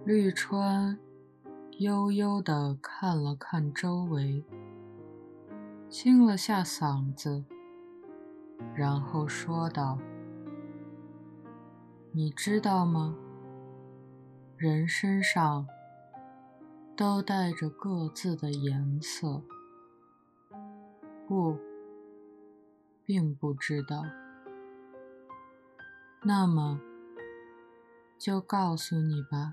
绿川悠悠地看了看周围，清了下嗓子，然后说道：你知道吗？人身上都带着各自的颜色。不，并不知道。那么，就告诉你吧。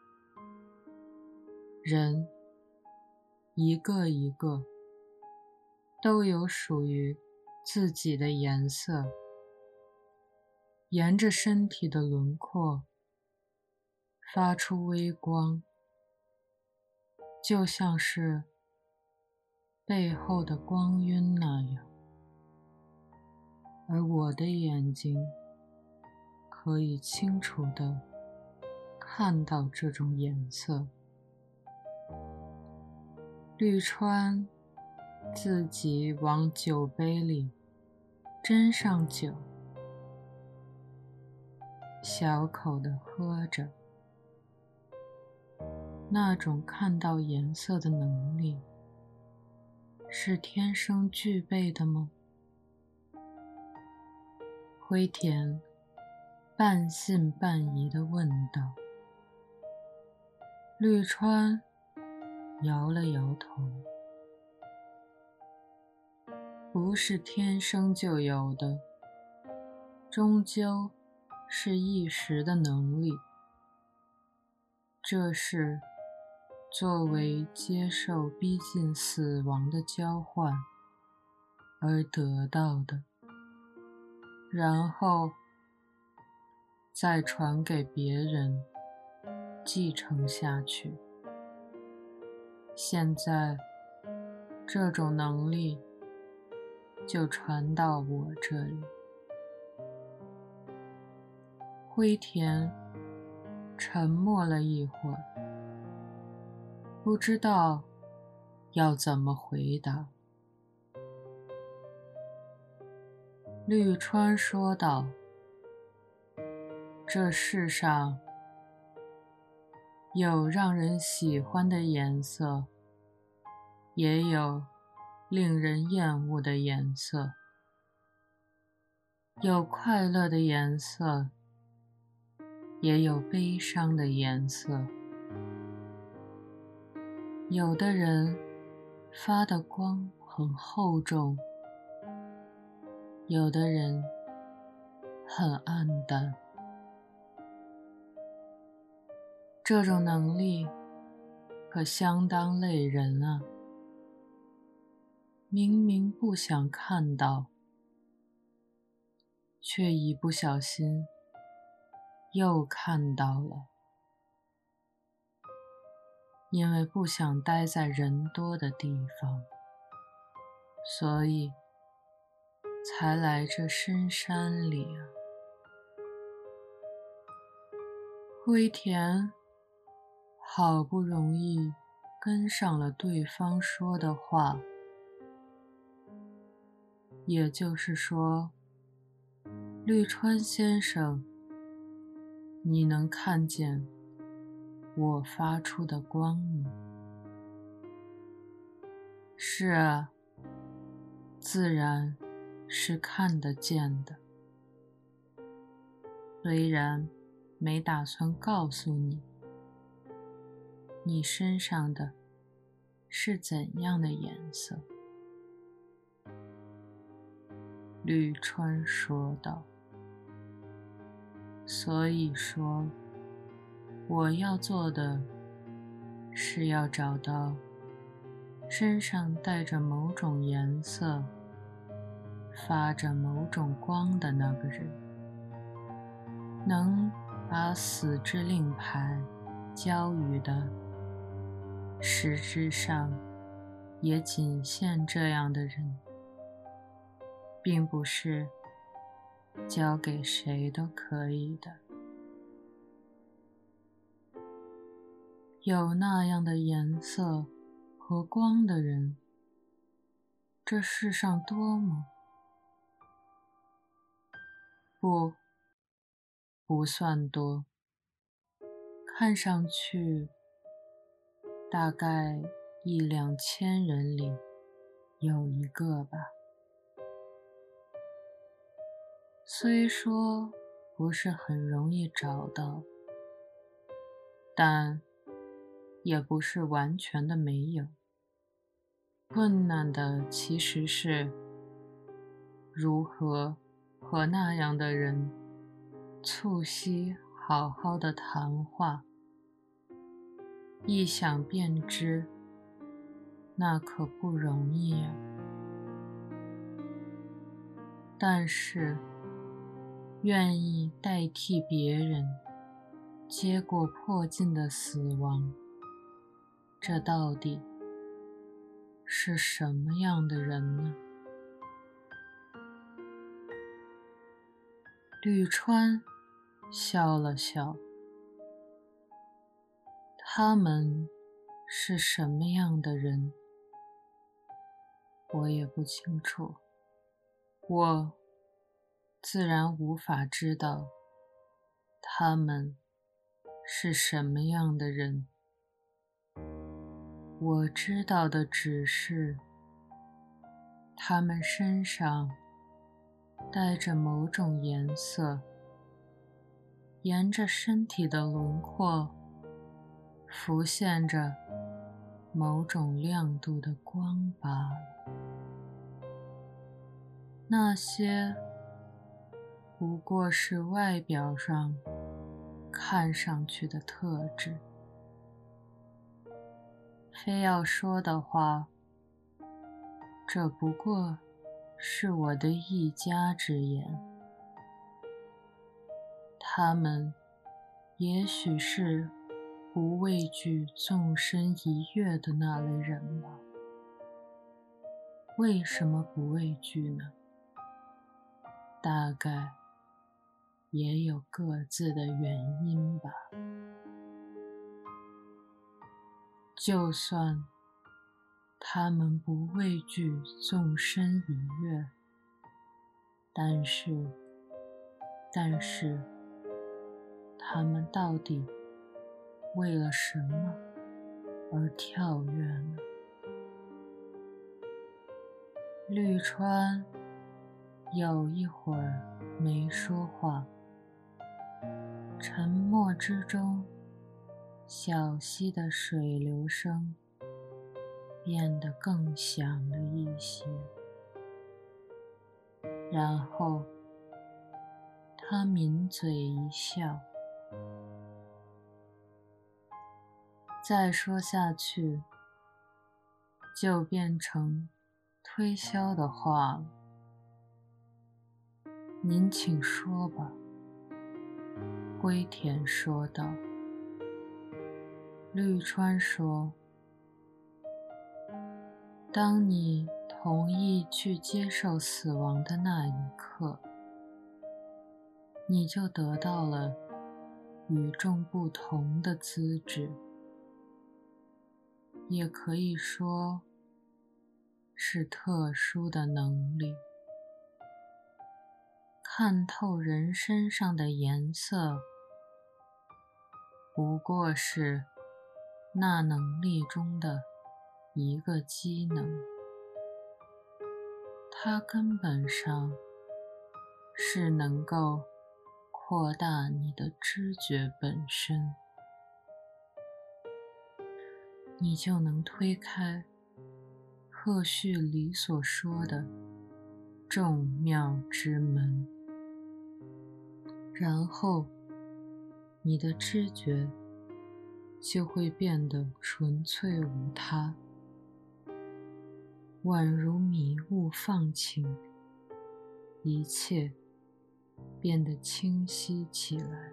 人，一个一个，都有属于自己的颜色，沿着身体的轮廓发出微光，就像是背后的光晕那样。而我的眼睛可以清楚地看到这种颜色。绿川自己往酒杯里斟上酒，小口地喝着。那种看到颜色的能力，是天生具备的吗？灰田半信半疑地问道。绿川摇了摇头。不是天生就有的，终究是一时的能力。这是作为接受逼近死亡的交换而得到的，然后再传给别人，继承下去。现在，这种能力就传到我这里。灰田沉默了一会儿，不知道要怎么回答。绿川说道：这世上有让人喜欢的颜色，也有令人厌恶的颜色，有快乐的颜色，也有悲伤的颜色。有的人发的光很厚重，有的人很暗淡。这种能力可相当累人啊！明明不想看到，却一不小心又看到了。因为不想待在人多的地方，所以才来这深山里啊。灰田好不容易跟上了对方说的话，也就是说，绿川先生，你能看见我发出的光吗？是啊，自然是看得见的。虽然没打算告诉你，你身上的是怎样的颜色。绿川说道。所以说，我要做的是要找到身上带着某种颜色、发着某种光的那个人，能把死之令牌交予的，实质上也仅限这样的人，并不是交给谁都可以的。有那样的颜色和光的人，这世上多吗？不算多。 看上去大概1、2千人里有一个吧。虽说不是很容易找到，但也不是完全的没有。困难的其实是如何和那样的人促膝好好的谈话。一想便知，那可不容易啊。但是愿意代替别人接过迫近的死亡，这到底是什么样的人呢？绿川笑了笑，他们是什么样的人，我也不清楚，我自然无法知道他们是什么样的人。我知道的只是，他们身上带着某种颜色，沿着身体的轮廓浮现着某种亮度的光罢了。那些不过是外表上看上去的特质。非要说的话，这不过是我的一家之言。他们也许是不畏惧纵身一跃的那类人吧。为什么不畏惧呢？大概也有各自的原因吧。就算他们不畏惧纵身一跃，但是他们到底为了什么而跳跃呢？绿川有一会儿没说话，沉默之中，小溪的水流声变得更响了一些。然后他抿嘴一笑，再说下去就变成推销的话了。您请说吧，龟田说道。绿川说，当你同意去接受死亡的那一刻，你就得到了与众不同的资质，也可以说是特殊的能力。看透人身上的颜色，不过是那能力中的一个机能，它根本上是能够扩大你的知觉本身，你就能推开赫胥黎所说的众妙之门，然后你的知觉就会变得纯粹无他，宛如迷雾放晴，一切变得清晰起来。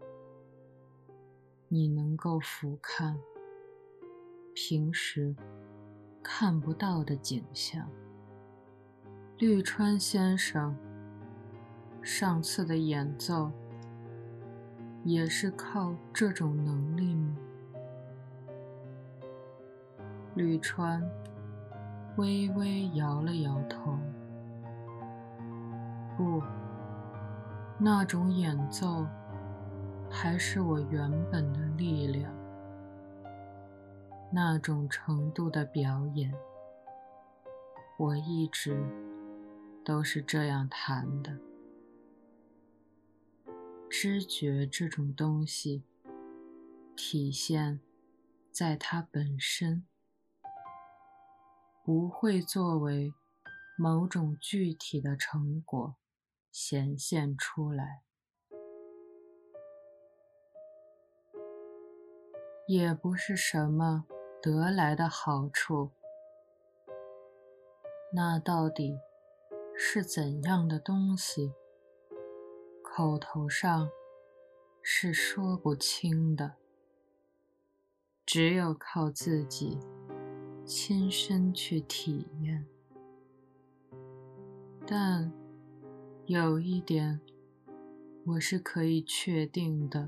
你能够俯瞰平时看不到的景象。绿川先生上次的演奏也是靠这种能力吗？绿川微微摇了摇头。不，那种演奏还是我原本的力量，那种程度的表演，我一直都是这样弹的。知觉这种东西，体现在它本身，不会作为某种具体的成果显现出来，也不是什么得来的好处。那到底是怎样的东西，口头上是说不清的，只有靠自己亲身去体验。但有一点我是可以确定的，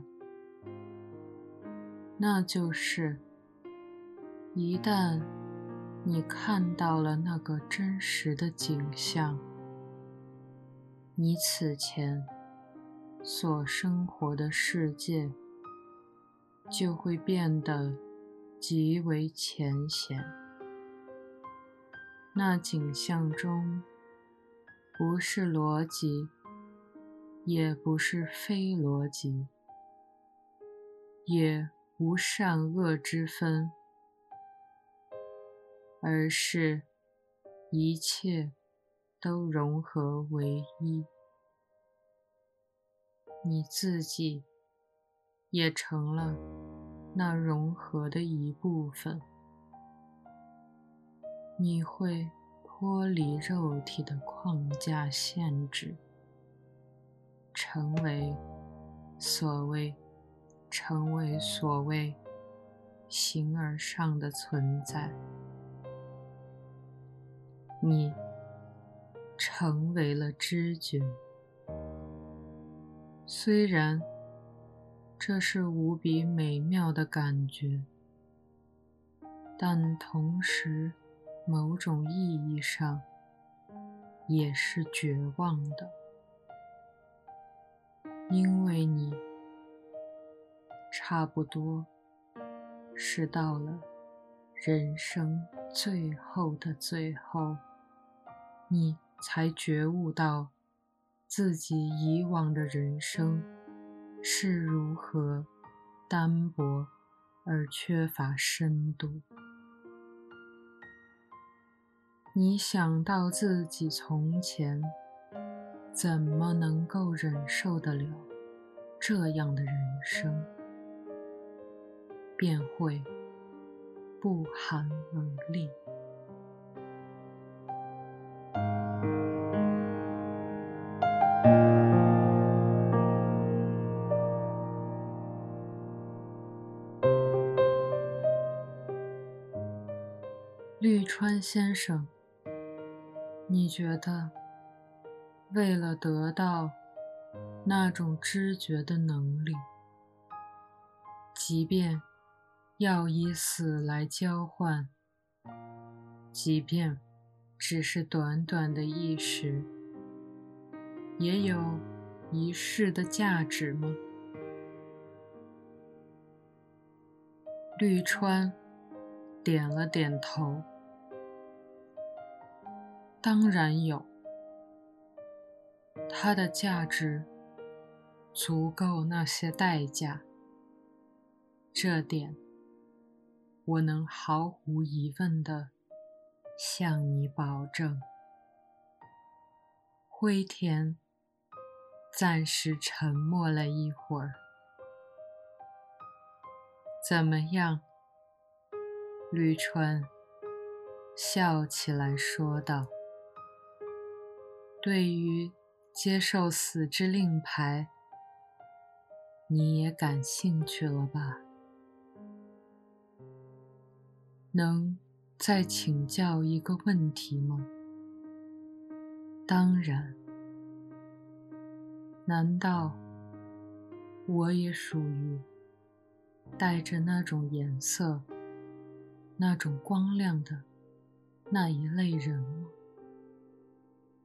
那就是一旦你看到了那个真实的景象，你此前所生活的世界就会变得极为浅显。那景象中不是逻辑，也不是非逻辑，也无善恶之分，而是一切都融合为一。你自己也成了那融合的一部分。你会脱离肉体的框架限制，成为所谓形而上的存在。你成为了知觉，虽然这是无比美妙的感觉，但同时某种意义上也是绝望的，因为你差不多是到了人生最后的最后，你才觉悟到自己以往的人生是如何单薄而缺乏深度。你想到自己从前怎么能够忍受得了这样的人生，便会不寒而栗。绿川先生，你觉得为了得到那种知觉的能力，即便要以死来交换，即便只是短短的一时，也有一世的价值吗？绿川点了点头。当然有，它的价值足够那些代价，这点我能毫无疑问地向你保证。灰田暂时沉默了一会儿。怎么样？绿川笑起来说道，对于接受死之令牌，你也感兴趣了吧？能再请教一个问题吗？当然。难道我也属于带着那种颜色、那种光亮的那一类人吗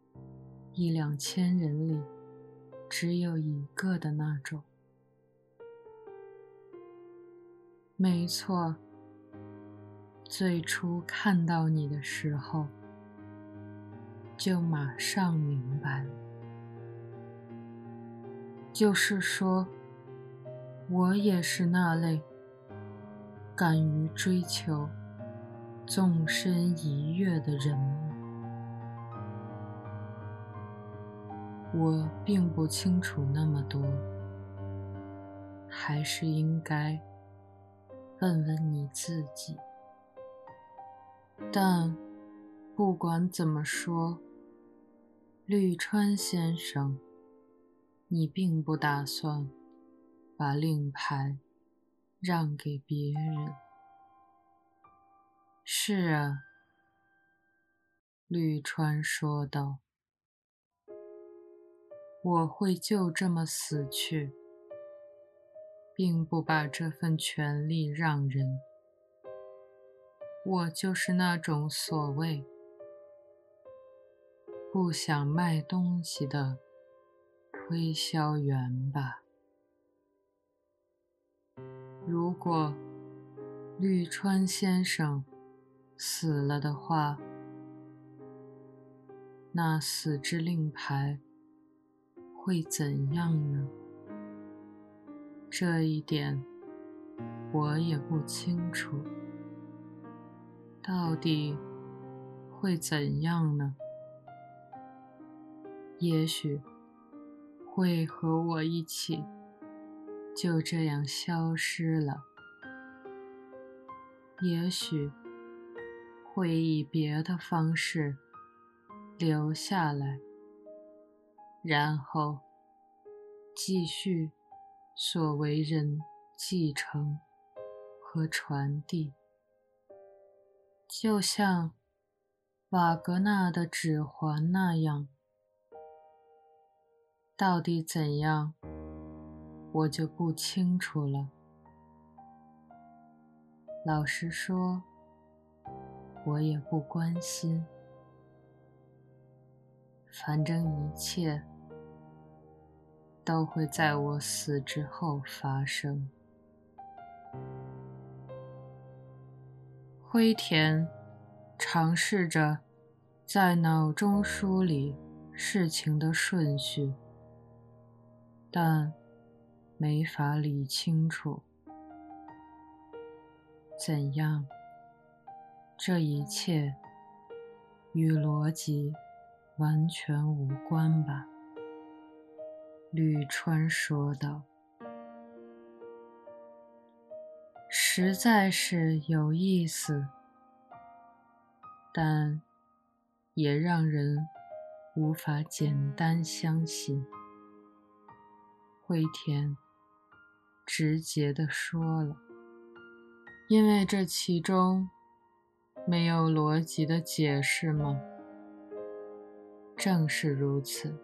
？1-2000人里只有一个的那种。 没错，最初看到你的时候，就马上明白了。就是说，我也是那类敢于追求纵身一跃的人物。我并不清楚那么多，还是应该问问你自己。但不管怎么说，绿川先生，你并不打算把令牌让给别人。是啊，绿川说道，我会就这么死去，并不把这份权利让人。我就是那种所谓不想卖东西的推销员吧。如果绿川先生死了的话，那死之令牌会怎样呢？这一点我也不清楚。到底会怎样呢？也许会和我一起就这样消失了，也许会以别的方式留下来，然后继续所为人继承和传递，就像瓦格纳的指环那样。到底怎样，我就不清楚了。老实说，我也不关心。反正一切都会在我死之后发生。灰田尝试着在脑中梳理事情的顺序，但没法理清楚。怎样？这一切与逻辑完全无关吧？绿川说道。实在是有意思，但也让人无法简单相信。灰田直接地说了，因为这其中没有逻辑的解释吗？正是如此，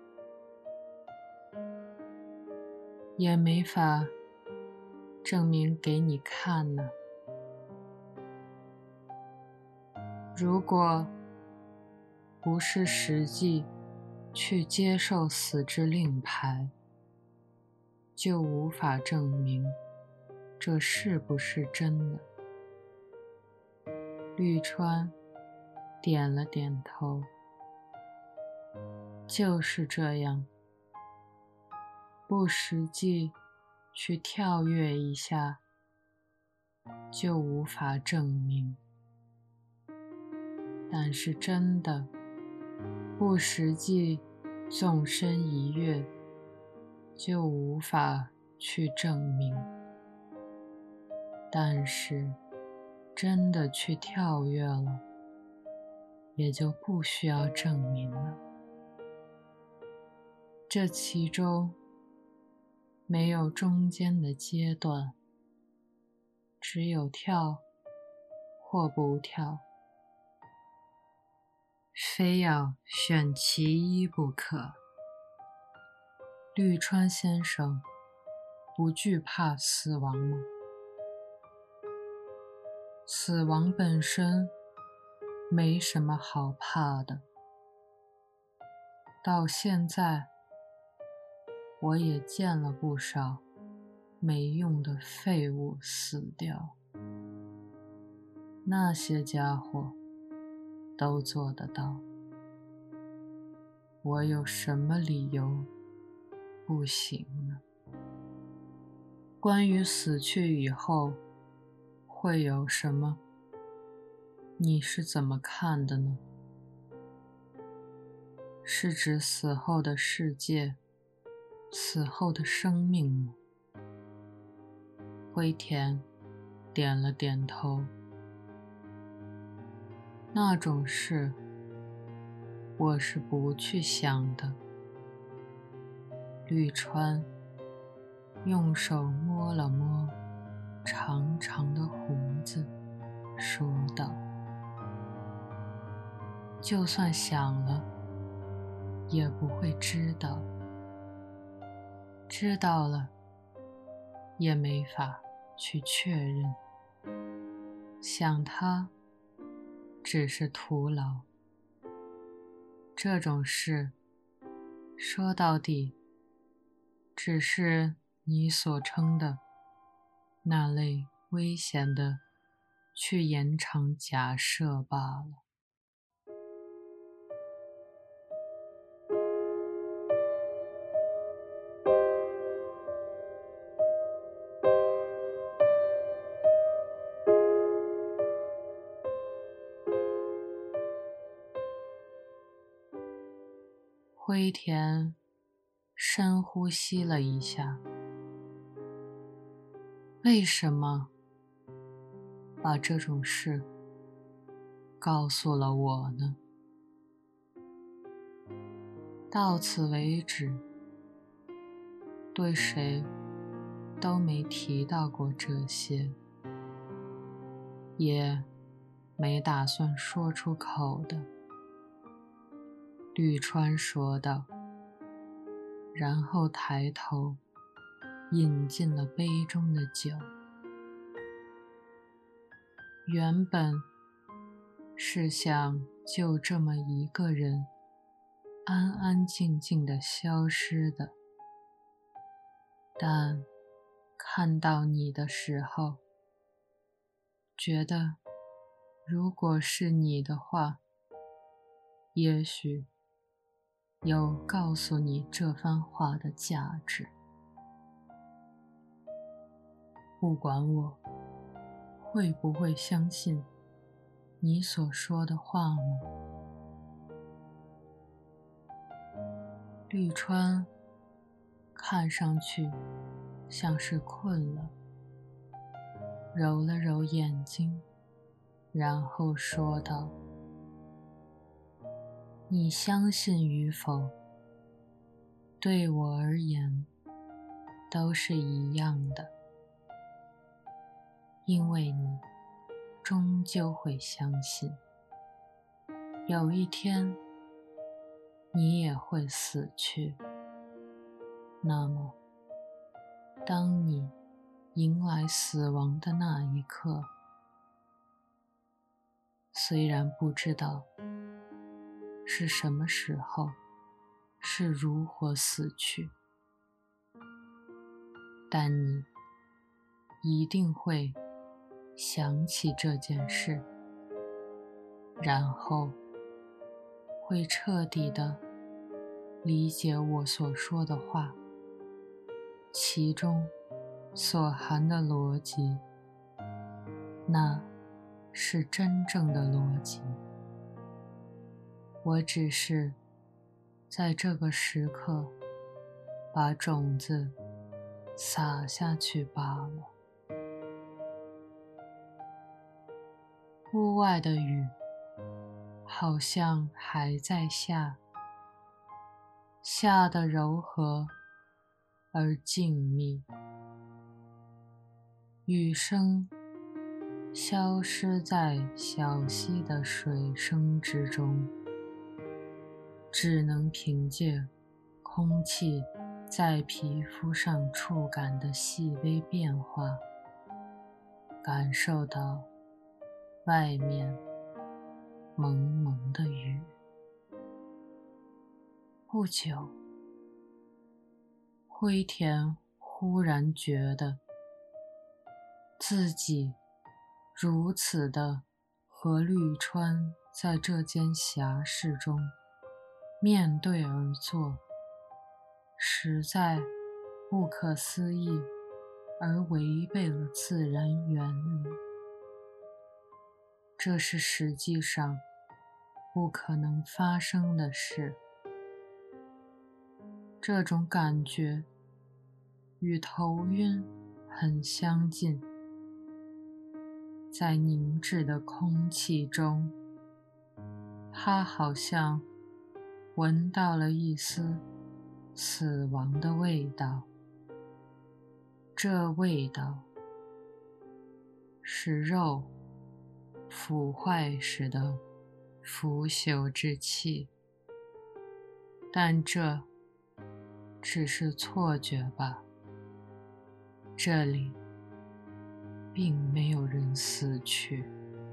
也没法证明给你看呢。如果不是实际去接受死之令牌，就无法证明这是不是真的。绿川点了点头，就是这样，不实际去跳跃一下，就无法证明。但是真的不实际纵身一跃，就无法去证明。但是真的去跳跃了，也就不需要证明了。这其中没有中间的阶段，只有跳或不跳，非要选其一不可。绿川先生不惧怕死亡吗？死亡本身没什么好怕的。到现在，我也见了不少没用的废物死掉。 那些家伙都做得到，我有什么理由不行呢？关于死去以后会有什么，你是怎么看的呢？是指死后的世界，死后的生命吗？灰田点了点头。那种事，我是不去想的。绿川用手摸了摸长长的胡子，说道：就算想了，也不会知道，知道了，也没法去确认。想它，只是徒劳。这种事，说到底，只是你所称的那类危险的去延长假设罢了。灰田深呼吸了一下。为什么把这种事告诉了我呢？到此为止，对谁都没提到过这些，也没打算说出口的。绿川说道，然后抬头饮尽了杯中的酒。原本是想就这么一个人安安静静地消失的，但看到你的时候，觉得如果是你的话，也许有告诉你这番话的价值。不管我会不会相信你所说的话吗？绿川看上去像是困了，揉了揉眼睛，然后说道：你相信与否，对我而言都是一样的，因为你终究会相信，有一天你也会死去。那么当你迎来死亡的那一刻，虽然不知道是什么时候，是如何死去，但你一定会想起这件事，然后会彻底的理解我所说的话，其中所含的逻辑，那是真正的逻辑。我只是在这个时刻把种子撒下去罢了。屋外的雨好像还在下，下得柔和而静谧，雨声消失在小溪的水声之中，只能凭借空气在皮肤上触感的细微变化，感受到外面蒙蒙的雨。不久，灰田忽然觉得自己如此的和绿川在这间侠室中面对而坐，实在不可思议，而违背了自然原理。这是实际上不可能发生的事。这种感觉与头晕很相近，在凝滞的空气中，他好像闻到了一丝死亡的味道。这味道是肉腐坏时的腐朽之气，但这只是错觉吧。这里并没有人死去。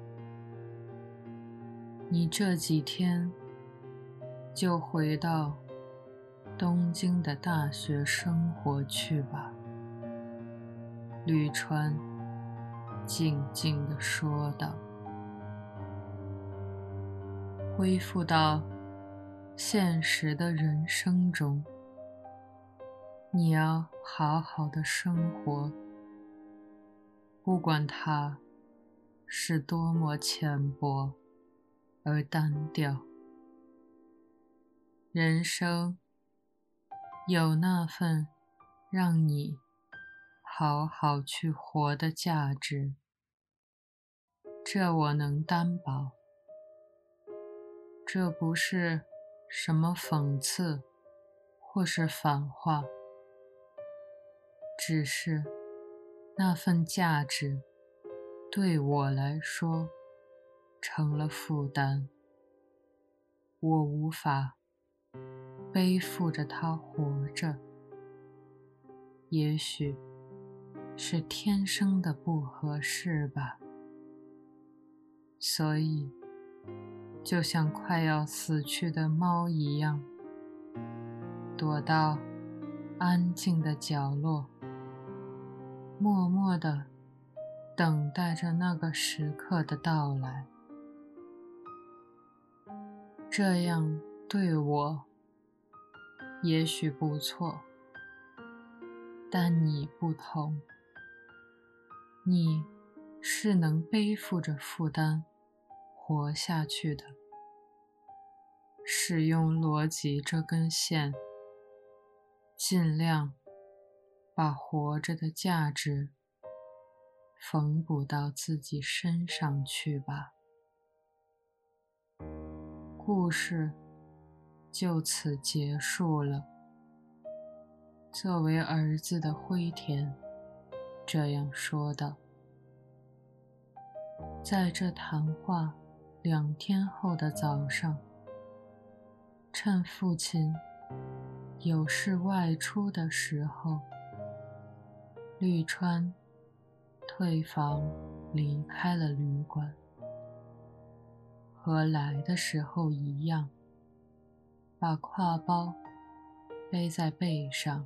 你这几天就回到东京的大学生活去吧，绿川静静地说道。恢复到现实的人生中，你要好好的生活，不管它是多么浅薄而单调。人生有那份让你好好去活的价值，这我能担保。这不是什么讽刺或是反话，只是那份价值对我来说成了负担，我无法背负着它活着。也许是天生的不合适吧，所以就像快要死去的猫一样，躲到安静的角落，默默地等待着那个时刻的到来。这样对我也许不错，但你不同，你是能背负着负担活下去的。使用逻辑这根线，尽量把活着的价值缝补到自己身上去吧。故事就此结束了。作为儿子的灰田这样说道。在这谈话2天后的早上，趁父亲有事外出的时候，绿川退房离开了旅馆，和来的时候一样，把挎包背在背上，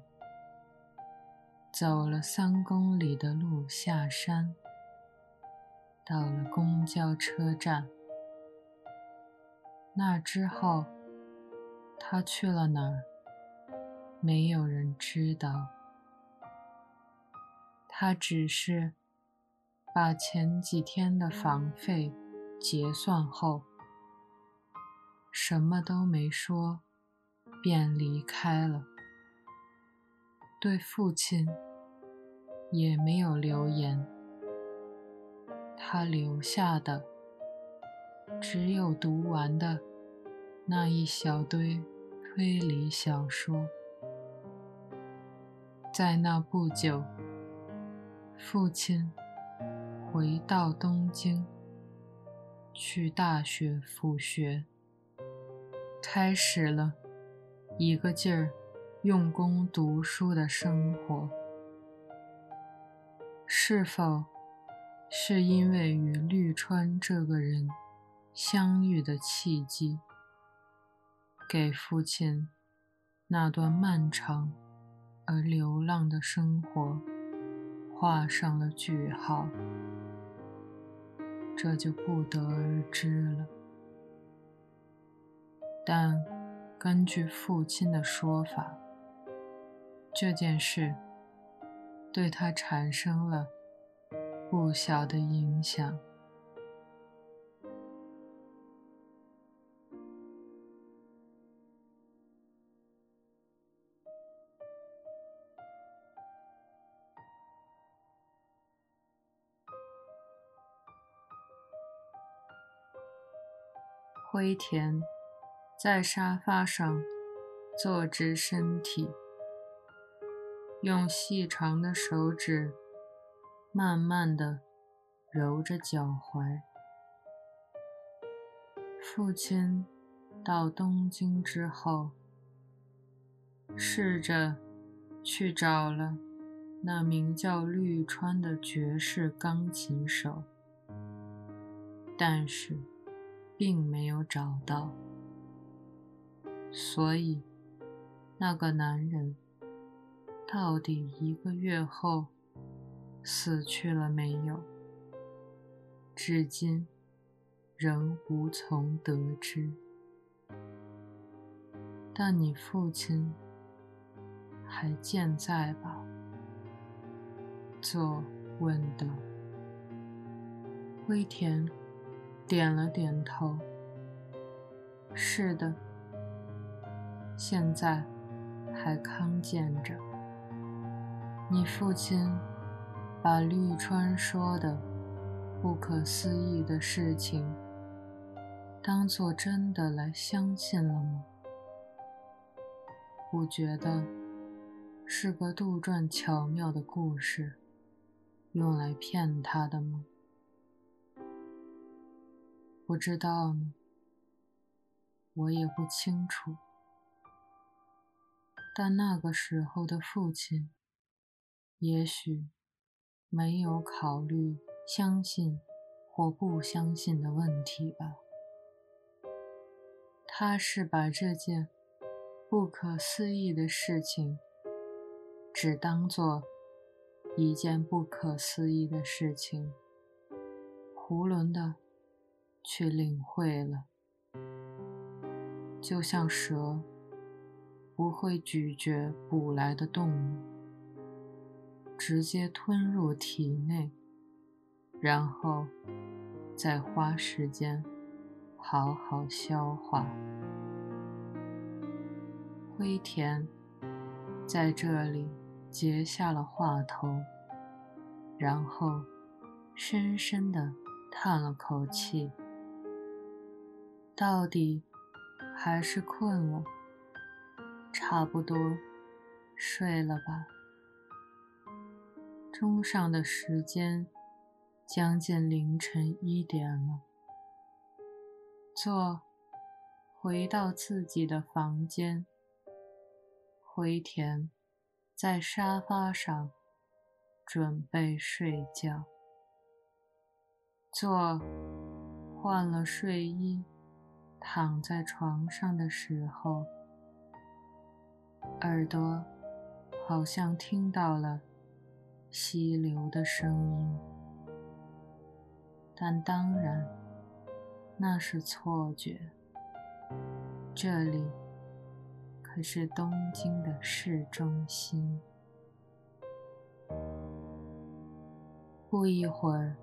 走了3公里的路下山，到了公交车站。那之后他去了哪儿，没有人知道。他只是把前几天的房费结算后，什么都没说，便离开了。对父亲也没有留言，他留下的只有读完的那一小堆推理小说。在那不久，父亲回到东京，去大学复学，开始了一个劲儿用功读书的生活。是否是因为与绿川这个人相遇的契机，给父亲那段漫长而流浪的生活画上了句号？ 这就不得而知了。但根据父亲的说法，这件事对他产生了不小的影响。灰田在沙发上坐直身体，用细长的手指慢慢地揉着脚踝。父亲到东京之后，试着去找了那名叫绿川的爵士钢琴手，但是并没有找到。所以那个男人到底1个月后死去了没有，至今仍无从得知。但你父亲还健在吧？作问道。灰田点了点头。是的，现在还康健着。你父亲把绿川说的不可思议的事情当作真的来相信了吗？不觉得是个杜撰巧妙的故事，用来骗他的吗？不知道呢，我也不清楚。但那个时候的父亲也许没有考虑相信或不相信的问题吧。他是把这件不可思议的事情只当作一件不可思议的事情，囫囵地去领会了。就像蛇不会咀嚼捕来的动物，直接吞入体内，然后再花时间好好消化。灰田在这里结下了话头，然后深深地叹了口气，到底还是困了，差不多睡了吧。钟上的时间将近凌晨1点了。回到自己的房间，灰田在沙发上准备睡觉。换了睡衣，躺在床上的时候，耳朵好像听到了溪流的声音，但当然那是错觉。这里可是东京的市中心。不一会儿，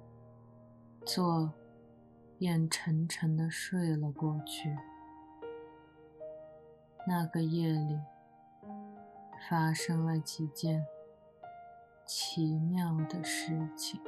便沉沉地睡了过去。那个夜里发生了几件奇妙的事情。